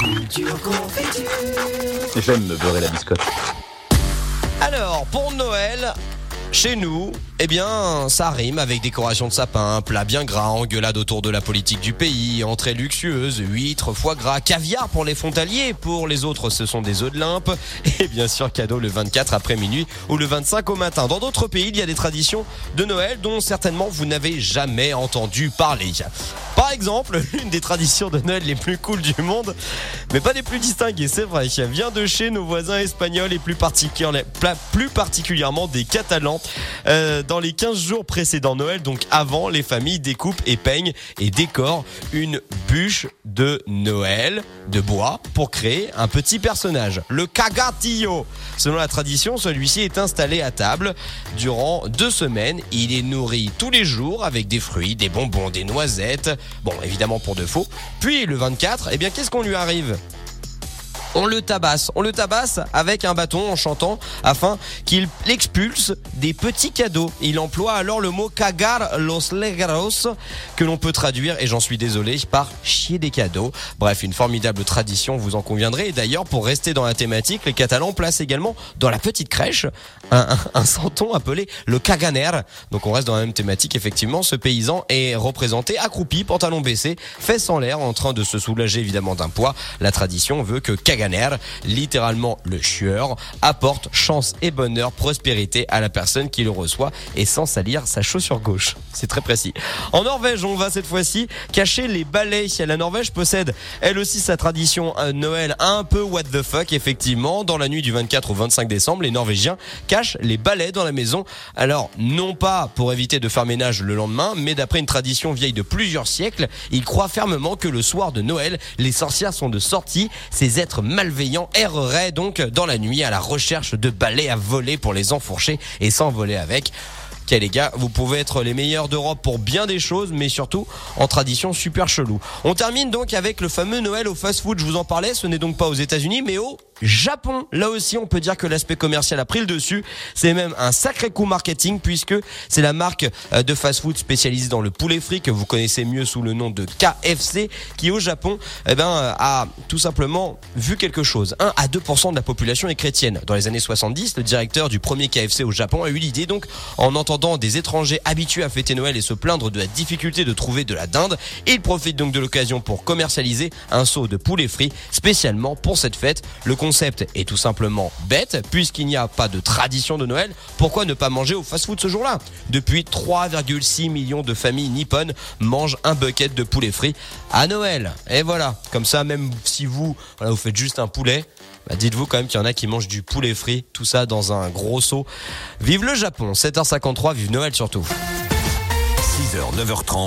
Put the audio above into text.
J'aime me beurrer la biscotte. Alors, pour Noël, chez nous, eh bien, ça rime avec décoration de sapin, plat bien gras, engueulade autour de la politique du pays, entrée luxueuse, huîtres, foie gras, caviar pour les frontaliers, pour les autres ce sont des œufs de limpe, et bien sûr cadeau le 24 après minuit ou le 25 au matin. Dans d'autres pays, il y a des traditions de Noël dont certainement vous n'avez jamais entendu parler. Par exemple, l'une des traditions de Noël les plus cool du monde, mais pas des plus distinguées, c'est vrai, vient de chez nos voisins espagnols et plus particulièrement des Catalans. Dans les 15 jours précédant Noël, donc avant, les familles découpent et peignent et décorent une bûche de Noël de bois pour créer un petit personnage, le cagatillo. Selon la tradition, celui-ci est installé à table durant 2 semaines. Il est nourri tous les jours avec des fruits, des bonbons, des noisettes. Bon, évidemment pour de faux. Puis le 24, eh bien qu'est-ce qu'on lui arrive ? On le tabasse avec un bâton en chantant afin qu'il expulse des petits cadeaux. Il emploie alors le mot cagar los regalos que l'on peut traduire, et j'en suis désolé, par chier des cadeaux. Bref, une formidable tradition, vous en conviendrez. Et d'ailleurs, pour rester dans la thématique, les Catalans placent également dans la petite crèche un santon appelé le caganer. Donc on reste dans la même thématique, effectivement. Ce paysan est représenté accroupi, pantalon baissé, fesses en l'air, en train de se soulager évidemment d'un poids. La tradition veut que caganer, littéralement le chieur, apporte chance et bonheur, prospérité à la personne qui le reçoit et sans salir sa chaussure gauche. C'est très précis. En Norvège, on va cette fois-ci cacher les balais. La Norvège possède elle aussi sa tradition Noël un peu what the fuck, effectivement. Dans la nuit du 24 au 25 décembre, les Norvégiens cachent les balais dans la maison. Alors, non pas pour éviter de faire ménage le lendemain, mais d'après une tradition vieille de plusieurs siècles, ils croient fermement que le soir de Noël, les sorcières sont de sortie. Ces êtres malveillants erreraient donc dans la nuit à la recherche de balais à voler pour les enfourcher et s'envoler avec. Ok les gars, vous pouvez être les meilleurs d'Europe pour bien des choses, mais surtout en tradition super chelou. On termine donc avec le fameux Noël au fast-food, je vous en parlais, ce n'est donc pas aux États-Unis mais au Japon. Là aussi, on peut dire que l'aspect commercial a pris le dessus. C'est même un sacré coup marketing puisque c'est la marque de fast-food spécialisée dans le poulet frit que vous connaissez mieux sous le nom de KFC qui au Japon a tout simplement vu quelque chose. 1 à 2% de la population est chrétienne. Dans les années 70, le directeur du premier KFC au Japon a eu l'idée donc en entendant des étrangers habitués à fêter Noël et se plaindre de la difficulté de trouver de la dinde. Il profite donc de l'occasion pour commercialiser un seau de poulet frit spécialement pour cette fête. Le concept est tout simplement bête, puisqu'il n'y a pas de tradition de Noël. Pourquoi ne pas manger au fast-food ce jour-là ? Depuis 3,6 millions de familles nippones mangent un bucket de poulet frit à Noël. Et voilà, comme ça, même si vous faites juste un poulet, dites-vous quand même qu'il y en a qui mangent du poulet frit, tout ça dans un gros seau. Vive le Japon, 7h53, vive Noël surtout. 6h, 9h30.